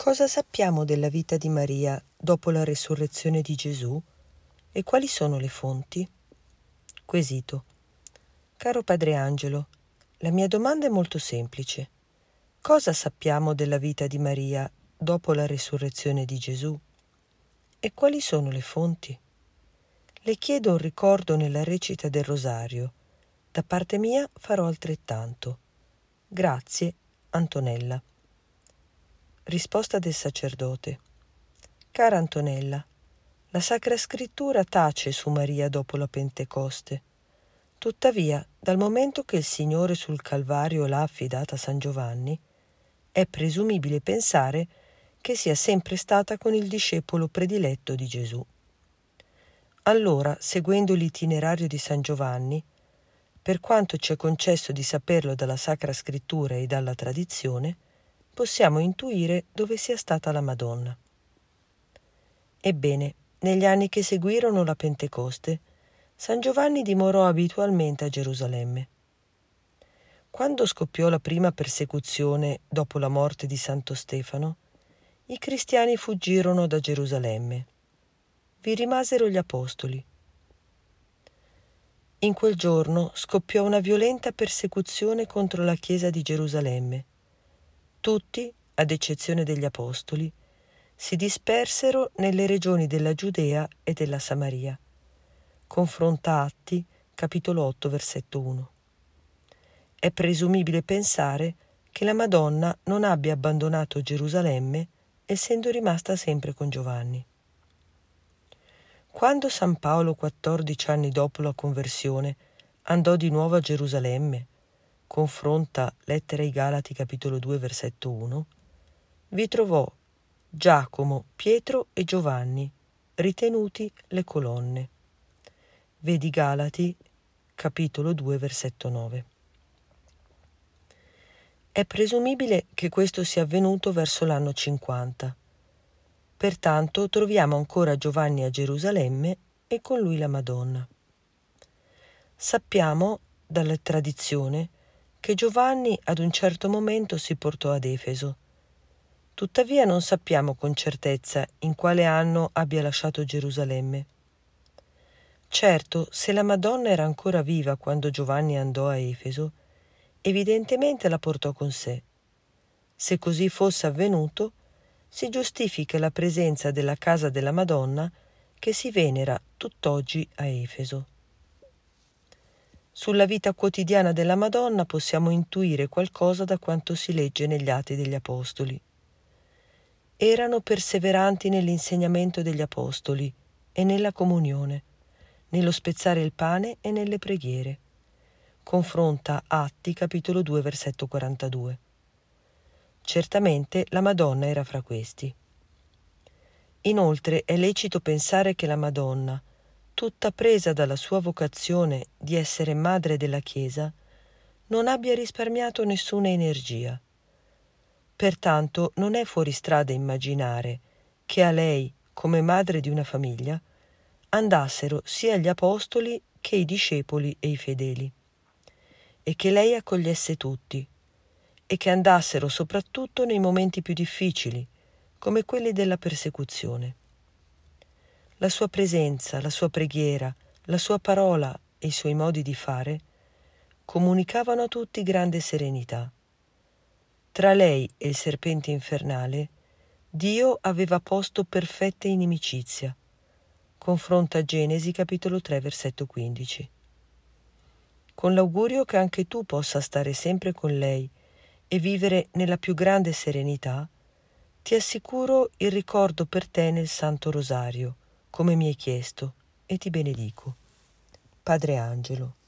Cosa sappiamo della vita di Maria dopo la resurrezione di Gesù e quali sono le fonti? Quesito. Caro Padre Angelo, la mia domanda è molto semplice. Cosa sappiamo della vita di Maria dopo la resurrezione di Gesù? E quali sono le fonti? Le chiedo un ricordo nella recita del rosario. Da parte mia farò altrettanto. Grazie, Antonella. Risposta del sacerdote. Cara Antonella, la Sacra Scrittura tace su Maria dopo la Pentecoste. Tuttavia, dal momento che il Signore sul Calvario l'ha affidata a San Giovanni, è presumibile pensare che sia sempre stata con il discepolo prediletto di Gesù. Allora, seguendo l'itinerario di San Giovanni, per quanto ci è concesso di saperlo dalla Sacra Scrittura e dalla tradizione, possiamo intuire dove sia stata la Madonna. Ebbene, negli anni che seguirono la Pentecoste, San Giovanni dimorò abitualmente a Gerusalemme. Quando scoppiò la prima persecuzione dopo la morte di Santo Stefano, i cristiani fuggirono da Gerusalemme. Vi rimasero gli apostoli. In quel giorno scoppiò una violenta persecuzione contro la Chiesa di Gerusalemme. Tutti, ad eccezione degli apostoli, si dispersero nelle regioni della Giudea e della Samaria. Confronta Atti, capitolo 8, versetto 1. È presumibile pensare che la Madonna non abbia abbandonato Gerusalemme, essendo rimasta sempre con Giovanni. Quando San Paolo, 14 anni dopo la conversione, andò di nuovo a Gerusalemme, confronta Lettera ai Galati, capitolo 2, versetto 1, vi trovò Giacomo, Pietro e Giovanni, ritenuti le colonne. Vedi Galati, capitolo 2, versetto 9. È presumibile che questo sia avvenuto verso l'anno 50. Pertanto troviamo ancora Giovanni a Gerusalemme e con lui la Madonna. Sappiamo, dalla tradizione, che Giovanni ad un certo momento si portò ad Efeso. Tuttavia non sappiamo con certezza in quale anno abbia lasciato Gerusalemme. Certo, se la Madonna era ancora viva quando Giovanni andò a Efeso, evidentemente la portò con sé. Se così fosse avvenuto, si giustifica la presenza della casa della Madonna che si venera tutt'oggi a Efeso. Sulla vita quotidiana della Madonna possiamo intuire qualcosa da quanto si legge negli Atti degli Apostoli. Erano perseveranti nell'insegnamento degli Apostoli e nella comunione, nello spezzare il pane e nelle preghiere. Confronta Atti, capitolo 2, versetto 42. Certamente la Madonna era fra questi. Inoltre è lecito pensare che la Madonna, tutta presa dalla sua vocazione di essere madre della Chiesa, non abbia risparmiato nessuna energia. Pertanto non è fuori strada immaginare che a lei, come madre di una famiglia, andassero sia gli apostoli che i discepoli e i fedeli, e che lei accogliesse tutti, e che andassero soprattutto nei momenti più difficili, come quelli della persecuzione. La sua presenza, la sua preghiera, la sua parola e i suoi modi di fare comunicavano a tutti grande serenità. Tra lei e il serpente infernale, Dio aveva posto perfetta inimicizia. Confronta Genesi, capitolo 3, versetto 15. Con l'augurio che anche tu possa stare sempre con lei e vivere nella più grande serenità, ti assicuro il ricordo per te nel Santo Rosario, come mi hai chiesto, e ti benedico. Padre Angelo.